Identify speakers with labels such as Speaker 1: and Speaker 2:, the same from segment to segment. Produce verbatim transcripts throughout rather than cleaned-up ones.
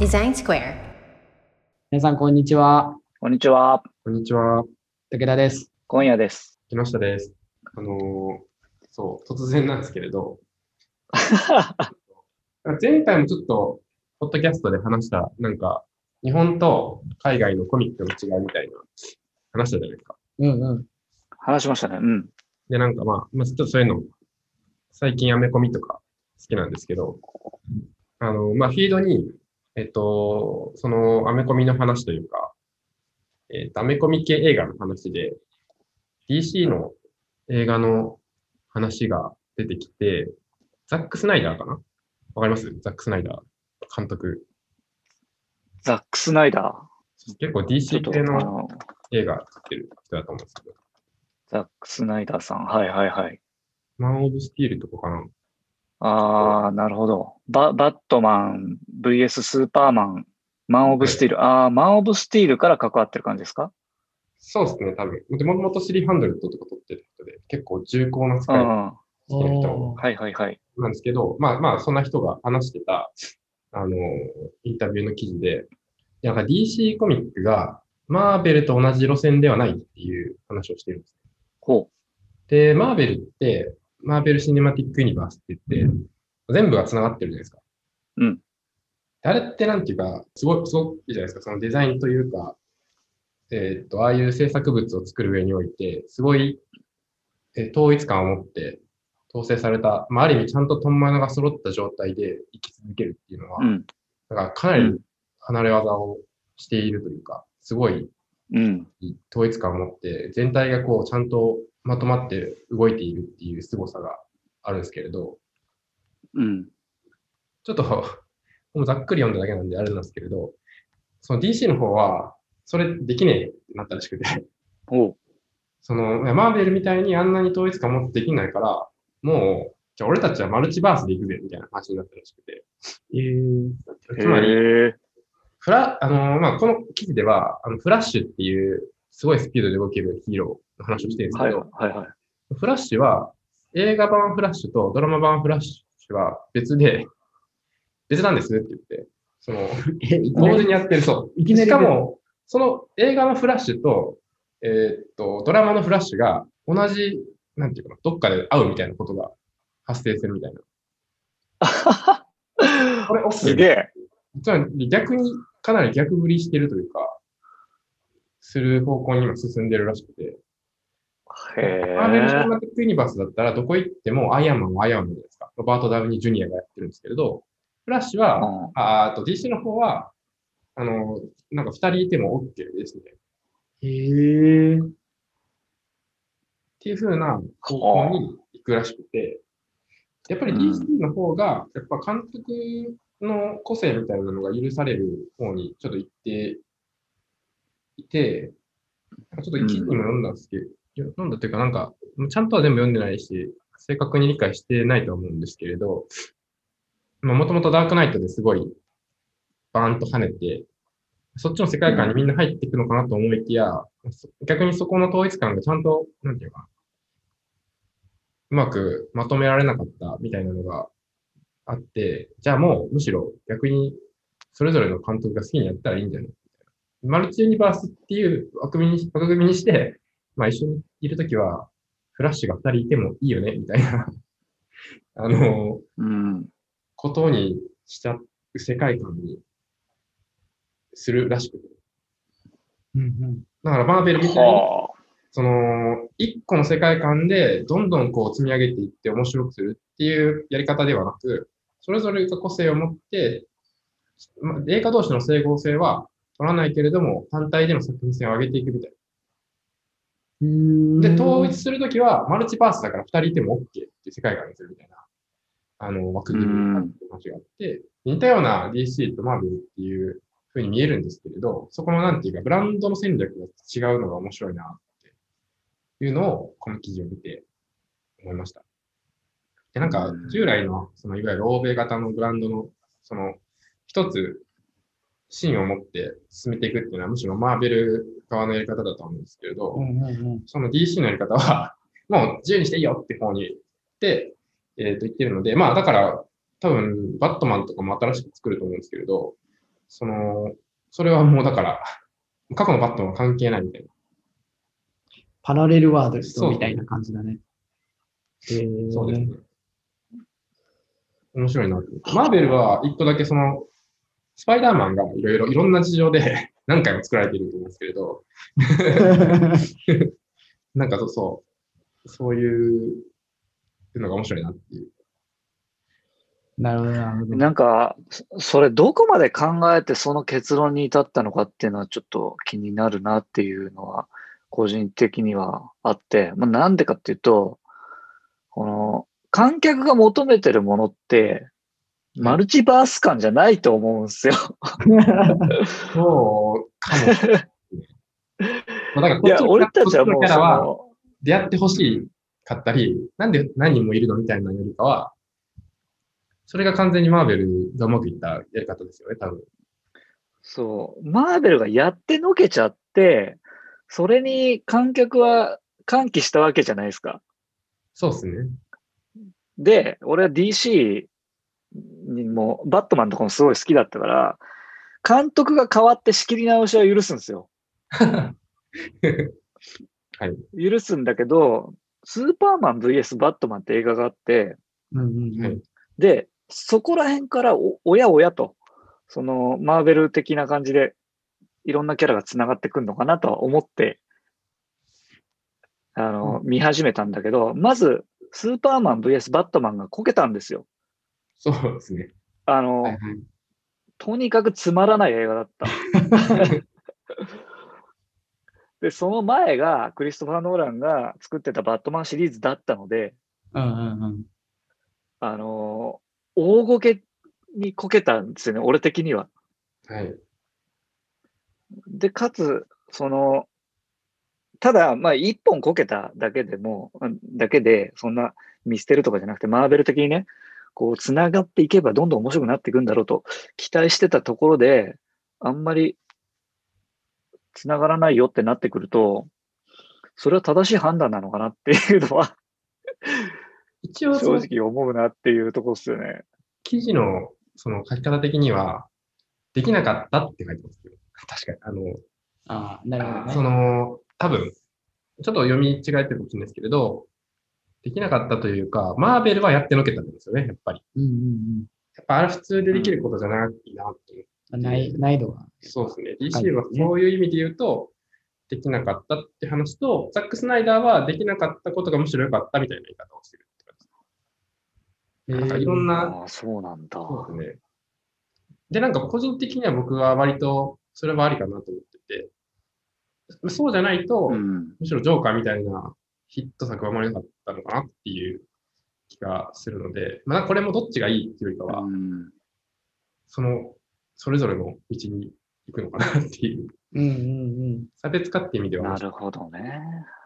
Speaker 1: Design Square。
Speaker 2: 皆さん、こんにちは。
Speaker 3: こんにちは。
Speaker 4: こんにちは。
Speaker 2: 武田です。
Speaker 3: 今夜です。
Speaker 4: 木下です。あのー、そう、突然なんですけれど、前回もちょっと、ポッドキャストで話した、なんか、日本と海外のコミックの違いみたいな話したじゃないですか。
Speaker 2: うんうん。
Speaker 3: 話しましたね。うん。
Speaker 4: で、なんかまあ、まあ、ちょっとそういうの、最近アメコミとか好きなんですけど、あの、まあ、フィードに、えっと、そのアメコミの話というか、えっと、アメコミ系映画の話で、ディーシー の映画の話が出てきて、ザック・スナイダーかなわかりますザック・スナイダー監督。
Speaker 3: ザック・スナイダ
Speaker 4: 結構
Speaker 3: ー。ちょっ
Speaker 4: ディーシー
Speaker 3: と、
Speaker 4: 系の
Speaker 3: あの、
Speaker 4: 映画作ってる人だと思うんですけど。
Speaker 3: ザック・スナイダーさん。はいはいはい。
Speaker 4: マン・オブ・スティールとかかな
Speaker 3: あー、なるほど。バ、バットマン ブイエス スーパーマン、マン・オブ・スティール。あー、マン・オブ・スティールから関わってる感じですか？
Speaker 4: そうですね、多分。でもともとスリーハンドレッドとか撮ってる人で、結構重厚な
Speaker 3: う
Speaker 4: 使い
Speaker 3: ん。
Speaker 4: 好きな人
Speaker 3: はいはいはい。
Speaker 4: なんですけど、まあまあ、そんな人が話してた、あの、インタビューの記事で、なんか ディーシー コミックがマーベルと同じ路線ではないっていう話をしてるんです。
Speaker 3: ほ
Speaker 4: で、マーベルって、マーベル・シネマティック・ユニバースって言って、全部が繋がってるじゃないですか。
Speaker 3: う。うん。
Speaker 4: あれってなんていうか、すごい、すごくいいじゃないですか。そのデザインというか、えーっと、ああいう制作物を作る上において、すごい、えー統一感を持って統制された、まあ、ある意味ちゃんとトンマナが揃った状態で生き続けるっていうのは、
Speaker 3: うん。
Speaker 4: だからかなり離れ技をしているというか、すごい
Speaker 3: うん。
Speaker 4: 統一感を持って、全体がこう、ちゃんとまとまって動いているっていう凄さがあるんですけれど、
Speaker 3: うん。
Speaker 4: ちょっと、もうざっくり読んだだけなんであれなんですけれど、その ディーシー の方は、それできねえってなったらしくて、
Speaker 3: ほ
Speaker 4: その、マーベルみたいにあんなに統一感持ってできないから、もう、じゃあ俺たちはマルチバースで行くぜ、みたいな話になったらしくて。
Speaker 2: えー、
Speaker 3: う。
Speaker 4: つまり、
Speaker 3: へー。
Speaker 4: フラ、あのーまあ、この記事では、あの、フラッシュっていう、すごいスピードで動けるヒーローの話をしてるんです
Speaker 3: はい
Speaker 4: けど、
Speaker 3: はいはい。
Speaker 4: フラッシュは、映画版フラッシュとドラマ版フラッシュは別で、別なんですって言って、その、
Speaker 2: え、いきな
Speaker 4: 同時
Speaker 2: り
Speaker 4: にやってる、そう。
Speaker 2: いきなり
Speaker 4: しかも、その映画のフラッシュと、えーっと、ドラマのフラッシュが同じ、なんていうかな、どっかで会うみたいなことが発生するみたいな。これ OK
Speaker 3: すげえ。
Speaker 4: つまり逆にかなり逆振りしてるというか、する方向に今進んでるらしくて。
Speaker 3: へ
Speaker 4: マーベル・シネ
Speaker 3: ー。
Speaker 4: マティック・ユニバースだったらどこ行ってもアイアンマンはアイアンマンじゃないですか。ロバート・ダウニー・ジュニアがやってるんですけれど、フラッシュは、
Speaker 3: うん
Speaker 4: ああと ディーシー の方は、あの、なんか二人いても OK ですね。
Speaker 2: えー、
Speaker 4: っていう風な方向に行くらしくて、やっぱり ディーシー の方が、やっぱ監督の個性みたいなのが許される方にちょっと行っていて、なんかちょっと記事にも読んだんですけど、読んだというかなんか、ちゃんとは全部読んでないし、正確に理解してないと思うんですけれど、まあもともとダークナイトですごいバーンと跳ねて、そっちの世界観にみんな入っていくのかなと思いきや、逆にそこの統一感がちゃんと、なんていうかな、うまくまとめられなかったみたいなのがあって、じゃあもうむしろ逆にそれぞれの監督が好きにやったらいいんじゃないみたいな。マルチユニバースっていう枠組みに枠組みにして、まあ一緒にいるときは、フラッシュが二人いてもいいよね、みたいな、あの、
Speaker 3: うん。
Speaker 4: ことにしちゃう世界観にするらしくて。
Speaker 2: うんうん
Speaker 4: だからマーベルみたいに、
Speaker 3: はあ。
Speaker 4: その、一個の世界観でどんどんこう積み上げていって面白くするっていうやり方ではなく、それぞれが個性を持って、まあ、映画同士の整合性は取らないけれども、単体での作品性を上げていくみたい
Speaker 2: うーん
Speaker 4: な。で、統一するときは、マルチバースだから二人いても OK っていう世界観にするみたいな、あの、枠組みがあるって話があって、似たような ディーシー とマーベルっていう風に見えるんですけれど、そこのなんていうか、ブランドの戦略が違うのが面白いなっていうのを、この記事を見て思いました。で、なんか、従来の、その、いわゆる欧米型のブランドの、その、一つ、芯を持って進めていくっていうのは、むしろマーベル側のやり方だと思うんですけれど、
Speaker 2: うんうんうん
Speaker 4: その ディーシー のやり方は、もう自由にしていいよって方に行って、えっと言ってるので、まあだから、多分、バットマンとかも新しく作ると思うんですけれど、 その、それはもうだから、過去のバットマンは関係ないみたいな。
Speaker 2: パラレルワール
Speaker 4: そう
Speaker 2: ドみたいな感じだね。へー
Speaker 4: そうですね。面白いなと思って。マーベルは一個だけその、スパイダーマンがいろいろ、いろんな事情で何回も作られていると思うんですけれど、なんかそうそう、そういうのが面白いなっていう。
Speaker 2: なるほど、なるほど。
Speaker 3: なんか、そそれどこまで考えてその結論に至ったのかっていうのはちょっと気になるなっていうのは、個人的にはあって、まあ、なんでかっていうと、この、観客が求めてるものって、マルチバース感じゃないと思うんですよ。
Speaker 4: そうかもしれないですね。まあだから
Speaker 3: いや、
Speaker 4: こっちのキャラ、
Speaker 3: 俺た
Speaker 4: こっち
Speaker 3: ちはもうそ
Speaker 4: のキャラは
Speaker 3: の、
Speaker 4: 出会ってほしい
Speaker 3: うん、
Speaker 4: かったり、なんで何人もいるのみたいなのよりかは、それが完全にマーベルがうまくいったやり方ですよね、多分。
Speaker 3: そう、マーベルがやってのけちゃって、それに観客は歓喜したわけじゃないですか。
Speaker 4: そうですね。
Speaker 3: で、俺は ディーシー にも、バットマンとかもすごい好きだったから、監督が変わって仕切り直しは許すんですよ。
Speaker 4: はい。
Speaker 3: 許すんだけど、スーパーマン ブイエス バットマンって映画があって、
Speaker 2: うんうんうん
Speaker 4: はい。
Speaker 3: で、そこら辺からお、おやおやと、その、マーベル的な感じで、いろんなキャラが繋がってくるのかなとは思って、あの、見始めたんだけど、まず、スーパーマン ブイエス バットマンがこけたんですよ。
Speaker 4: そうですね。
Speaker 3: あ
Speaker 4: はい
Speaker 3: の、
Speaker 4: はい。
Speaker 3: とにかくつまらない映画だった。で、その前がクリストファー・ノーランが作ってたバットマンシリーズだったので、
Speaker 2: うんうんうん。
Speaker 3: あの、大ごけにこけたんですよね、俺的には。
Speaker 4: はい。
Speaker 3: で、かつ、その、ただ、まあ、一本こけただけでも、うんだけで、そんな見捨てるとかじゃなくて、マーベル的にね、こう、繋がっていけばどんどん面白くなっていくんだろうと期待してたところで、あんまり繋がらないよってなってくると、それは正しい判断なのかなっていうのは、
Speaker 4: 一応、その
Speaker 3: 正直思うなっていうところですよね。
Speaker 4: 記事のその書き方的には、できなかったって書いてますけど、確かに。あの、
Speaker 2: ああ、なるほどね。
Speaker 4: その、多分、ちょっと読み違えてるかもしれないですけれど、できなかったというか、マーベルはやってのけたんですよね、やっぱり。
Speaker 2: うんうん
Speaker 4: やっぱあれ普通でできることじゃないなと思って。
Speaker 2: うん。難易難易度が。
Speaker 4: そうですね。
Speaker 2: はい
Speaker 4: ディーシー はそういう意味で言うと、できなかったって話と、ザック・スナイダーはできなかったことがむしろ良かったみたいな言い方をしてるって感じです。なんかいろんな、
Speaker 3: ああ、そうなんだ。
Speaker 4: そうですね。で、なんか個人的には僕は割とそれはありかなと思ってて、そうじゃないと、
Speaker 3: うん。
Speaker 4: むしろジョーカーみたいなヒット作は生まれなかったのかなっていう気がするので、まあこれもどっちがいいっていうよりかは、
Speaker 3: うん
Speaker 4: その、それぞれの道に行くのかなっていう、
Speaker 2: うんうんうん。
Speaker 4: 差別化っていう意味では面白い。
Speaker 3: なるほどね。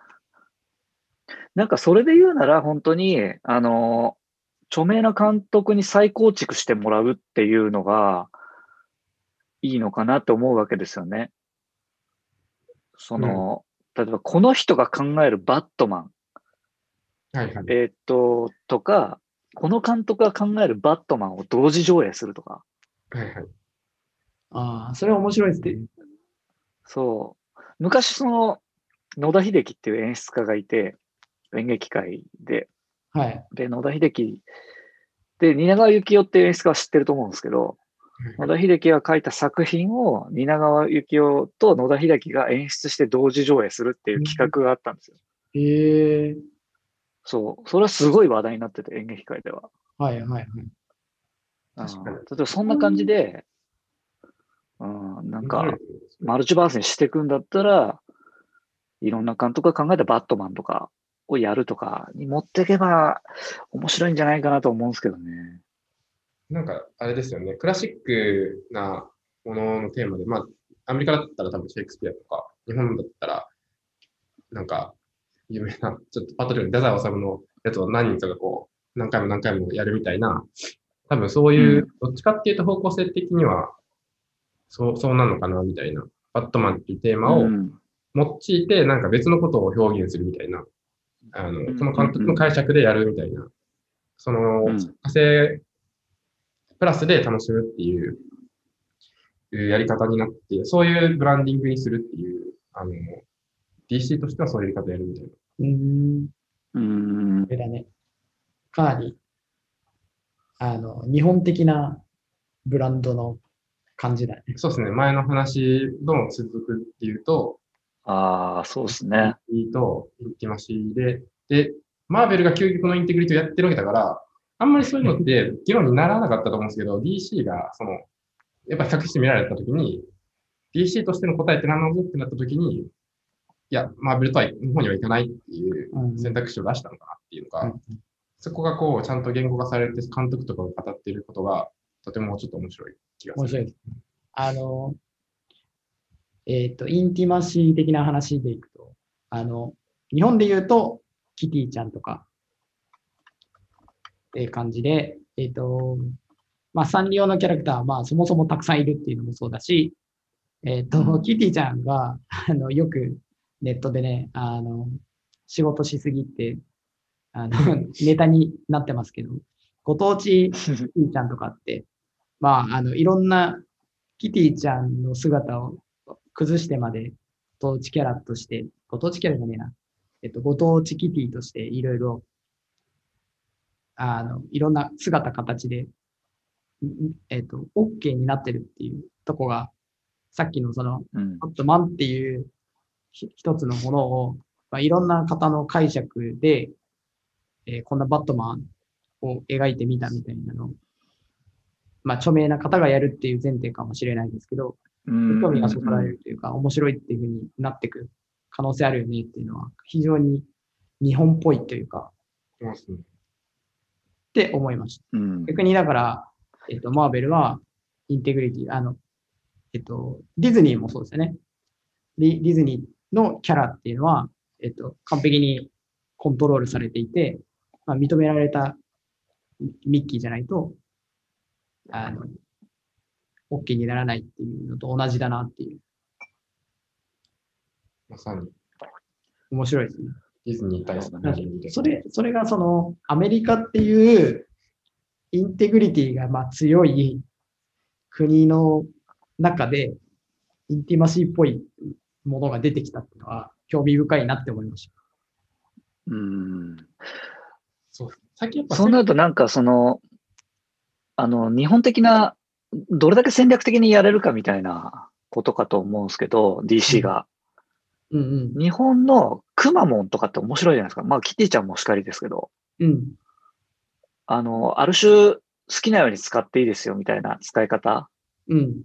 Speaker 3: なんかそれで言うなら本当に、あの、著名な監督に再構築してもらうっていうのがいいのかなって思うわけですよね。その、例えばこの人が考えるバットマン、
Speaker 4: はいはい。
Speaker 3: えーっと、とか、この監督が考えるバットマンを同時上映するとか。
Speaker 4: はいはい。
Speaker 2: ああ、それは面白いですね。
Speaker 3: そう。昔その、野田秀樹っていう演出家がいて、演劇界で。
Speaker 2: はい。
Speaker 3: で、野田秀樹で、蜷川幸雄っていう演出家は知ってると思うんですけど、野田秀樹が書いた作品を蜷川幸雄と野田秀樹が演出して同時上映するっていう企画があったんですよ。
Speaker 2: へえ。
Speaker 3: そう。それはすごい話題になってて、演劇界では。
Speaker 2: はいはいはい。
Speaker 4: 確かに。
Speaker 3: うん例えばそんな感じで、うん、なんか、
Speaker 4: 面白いですね
Speaker 3: マルチバースにしていくんだったら、いろんな監督が考えたバットマンとかをやるとかに持っていけば面白いんじゃないかなと思うんですけどね。
Speaker 4: なんか、あれですよね。クラシックなもののテーマで、まあ、アメリカだったら多分シェイクスピアとか、日本だったら、なんか、有名な、ちょっとパッと出る太宰治のやつを何人かがこう、何回も何回もやるみたいな、多分そういう、
Speaker 3: うん
Speaker 4: どっちかっていうと方向性的には、そう、そうなのかな、みたいな。バットマンっていうテーマを
Speaker 3: うん
Speaker 4: 用いて、なんか別のことを表現するみたいな、あの、
Speaker 3: うん
Speaker 4: その監督の解釈でやるみたいな、その、
Speaker 3: うん
Speaker 4: 作家性プラスで楽しむっていういうやり方になって、そういうブランディングにするっていう、あの、ディーシー としてはそういうやり方やるみたいな。
Speaker 2: うーん。
Speaker 3: うーん
Speaker 2: そ。れだね。かなり、あの、日本的なブランドの感じだね。
Speaker 4: そうですね。前の話の続くっていうと、
Speaker 3: ああ、そうですね。
Speaker 4: インとインティマシーで、で、マーベルが究極のインテグリティをやってるわけだから、あんまりそういうのって議論にならなかったと思うんですけど、ディーシー が、その、やっぱ比較して見られたときに、ディーシー としての答えって何なのってなったときに、いや、マーベルとは日本にはいかないっていう選択肢を出したのかなっていうのが、
Speaker 2: うん
Speaker 4: そこがこう、ちゃんと言語化されて、監督とかが語っていることが、とてもちょっと面白い気がする。
Speaker 2: 面白いです。あの、えっと、インティマシー的な話でいくと、あの、日本で言うと、キティちゃんとか、っていう感じで、えっと、まあ、サンリオのキャラクターは、まあ、そもそもたくさんいるっていうのもそうだし、えっと、キティちゃんが、あの、よくネットでね、あの、仕事しすぎて、あの、ネタになってますけど、ご当地キティちゃんとかって、まあ、あの、いろんなキティちゃんの姿を崩してまで、ご当地キャラとして、ご当地キャラじゃねえな。えっと、ご当地キティとしていろいろ、あの、いろんな姿形で、えっと、OK になってるっていうとこが、さっきのその、
Speaker 3: うん
Speaker 2: バットマンっていう一つのものを、まあ、いろんな方の解釈で、えー、こんなバットマンを描いてみたみたいなのを、まあ、著名な方がやるっていう前提かもしれないですけど、興味がそそられるというか、面白いっていうふうになっていく可能性あるよねっていうのは、非常に日本っぽいというか、って思いました。
Speaker 3: うん、
Speaker 2: 逆にだから、えっと、マーベルは、インテグリティ、あの、えっと、ディズニーもそうですよね。ディディズニーのキャラっていうのは、えっと、完璧にコントロールされていて、まあ、認められたミッキーじゃないと、あの、OK にならないっていうのと同じだなっていう。
Speaker 4: まさに。
Speaker 2: 面白いですね。
Speaker 4: ディズニー対
Speaker 2: それ、それがその、アメリカっていうインテグリティがまあ強い国の中で、インティマシーっぽいものが出てきたっていうのは、興味深いなって思いました。
Speaker 3: うん。
Speaker 4: そう。最近やっぱ
Speaker 3: そうなるとなんかその、あの、日本的な、どれだけ戦略的にやれるかみたいなことかと思うんですけど、ディーシー が。
Speaker 2: うんうん。
Speaker 3: 日本のくまモンとかって面白いじゃないですか。まあ、キティちゃんもしかりですけど、
Speaker 2: うん。
Speaker 3: あの、ある種好きなように使っていいですよみたいな使い方。
Speaker 2: うん。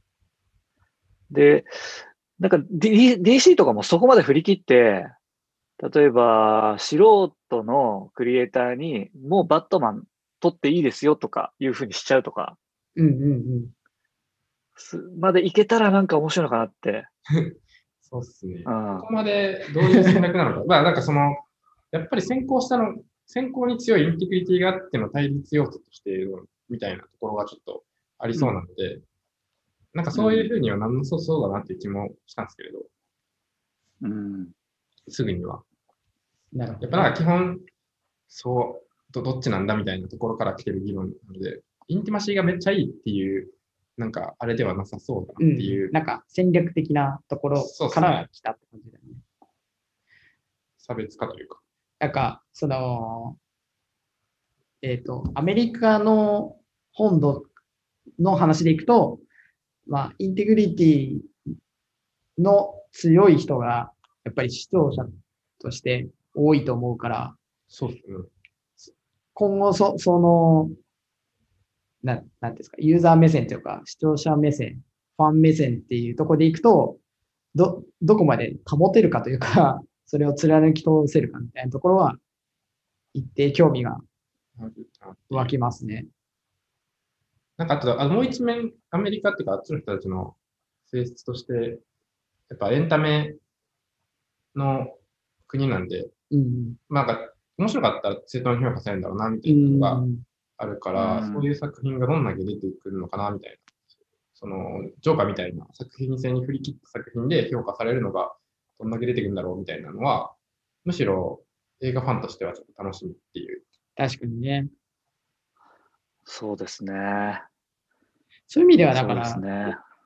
Speaker 3: で、なんか D- ディーシー とかもそこまで振り切って、例えば素人のクリエイターにもうバットマン撮っていいですよとかいうふうにしちゃうとか、
Speaker 2: うんうんうん。
Speaker 3: すまでいけたらなんか面白いのかなって。
Speaker 4: そうですね。
Speaker 3: うん
Speaker 4: ここまでどういう戦略なのか。まあなんかその、やっぱり先行したの、先行に強いインテグリティがあっての対立要素としているみたいなところがちょっとありそうなので、なんかそういうふうにはなんなさそうだなっていう気もしたんですけれど、
Speaker 3: うん
Speaker 4: すぐには。
Speaker 2: なるほど。
Speaker 4: やっぱなんか基本、そうど、どっちなんだみたいなところから来てる議論なので、インティマシーがめっちゃいいっていう、なんかあれではなさそうだなっていう。
Speaker 2: うん、なんか戦略的なところから来たって感じだよね。
Speaker 4: 差別化というか。
Speaker 2: なんか、その、えっ、と、アメリカの本土の話でいくと、まあ、インテグリティの強い人が、やっぱり視聴者として多いと思うから、
Speaker 4: そうですね。
Speaker 2: 今後そ、その、ななんですか、ユーザー目線というか、視聴者目線、ファン目線っていうところでいくと、ど、どこまで保てるかというか、それを貫き通せるかみたいなところは、一定興味が湧きますね。
Speaker 4: なんかあと、あのもう一面、アメリカっていうか、あっちの人たちの性質として、やっぱエンタメの国なんで、
Speaker 2: うん。
Speaker 4: まあなんか、面白かったら正当に評価されるんだろうな、みたいなのがあるから、
Speaker 3: うん
Speaker 4: そういう作品がどんだけ出てくるのかな、みたいな。その、ジョーカーみたいな作品性に振り切った作品で評価されるのがどんだけ出てくるんだろう、みたいなのは、むしろ映画ファンとしてはちょっと楽しみっていう。
Speaker 2: 確かにね。
Speaker 3: そうですね。
Speaker 2: そういう意味では、だから、
Speaker 3: そうですね。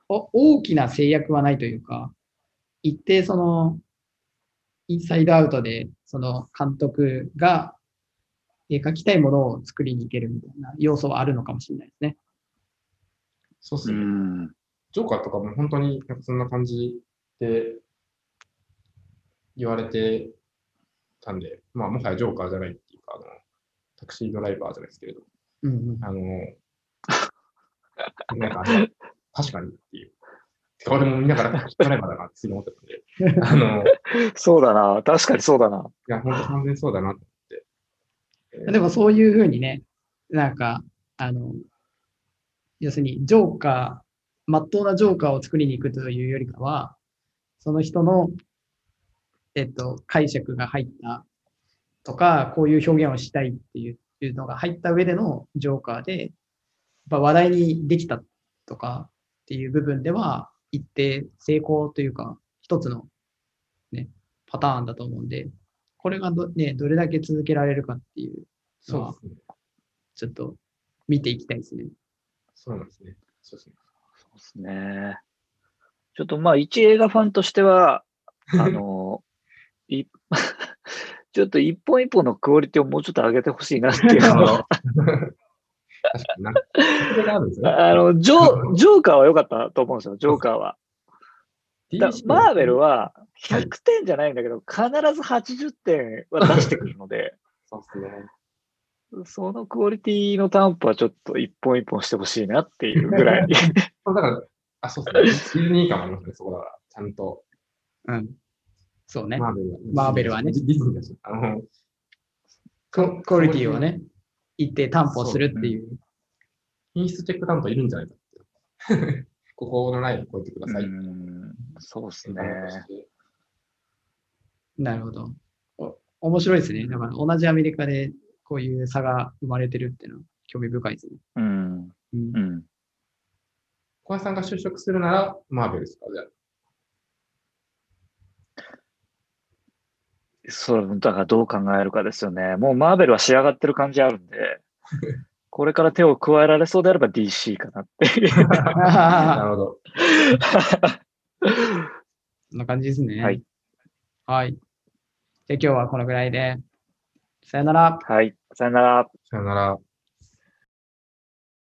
Speaker 2: お大きな制約はないというか、一定その、インサイドアウトで、その監督が描きたいものを作りに行けるみたいな要素はあるのかもしれないですね。
Speaker 3: う
Speaker 4: そうっすね。
Speaker 3: ん。
Speaker 4: ジョーカーとかも本当になんかそんな感じで言われてたんで、まあ、もはやジョーカーじゃないっていうか、あの、タクシードライバーじゃないですけれど、
Speaker 2: うんうん、
Speaker 4: あの、なんかあれは確かにっていう。てか俺も見ながらタクシードライバーだなってすぐ思ってたんで、あの、い
Speaker 3: そうだな。確かにそうだな。
Speaker 4: や、本当完全にそうだなと思って。えー
Speaker 2: でもそういうふうにね、なんか、あの、要するにジョーカー、まっとうなジョーカーを作りに行くというよりかは、その人の、えっと、解釈が入ったとか、こういう表現をしたいっていうのが入った上でのジョーカーで、やっぱ話題にできたとかっていう部分では、一定成功というか、一つの、ね、パターンだと思うんで、これがど,、ね、どれだけ続けられるかっていうのは、
Speaker 4: そうですね。
Speaker 2: ちょっと見ていきたいですね。
Speaker 4: そうなんですね。そうですね。
Speaker 3: そうですね。ちょっとまあ、一映画ファンとしては、あの、いちょっと一本一本のクオリティをもうちょっと上げてほしいなっていうのは、
Speaker 4: 確かにな。それがあるんですよね。
Speaker 3: あの、ジョ、ジョーカーは良かったと思うんですよ、ジョーカーは。だ
Speaker 4: ディーシー
Speaker 3: マーベルは
Speaker 4: はい
Speaker 3: ひゃくてんじゃないんだけど、必ずはちじゅってんは出してくるので、
Speaker 4: そうですね。
Speaker 3: そのクオリティの担保はちょっと一本一本してほしいなっていうぐらい。
Speaker 4: そうだから、あ、そうですね。ディズニー感もありますね、そこだから。ちゃんと。
Speaker 2: うん。そうね。
Speaker 4: マーベルは。
Speaker 2: マーベルはね
Speaker 4: ディディズニーだし。あの、
Speaker 2: ククオリティをね、一定担保するっていう。
Speaker 4: 品質チェック担当いるんじゃないかって。ここのラインを超えてください。
Speaker 3: うんそうですね。
Speaker 2: なるほど。お面白いですね。だから同じアメリカでこういう差が生まれてるっていうのは興味深いですね。
Speaker 3: うん。
Speaker 2: うん
Speaker 3: うん。
Speaker 4: 小林さんが就職するなら、マーベルですかじゃあ。
Speaker 3: そう、だからどう考えるかですよね。もうマーベルは仕上がってる感じあるんで、これから手を加えられそうであれば ディーシー かなっていう。
Speaker 4: なるほど。
Speaker 2: そんな感じですね。
Speaker 3: はい。
Speaker 2: はい。じゃあ今日はこのぐらいで。さよなら。
Speaker 3: はい。さよなら。
Speaker 4: さよなら。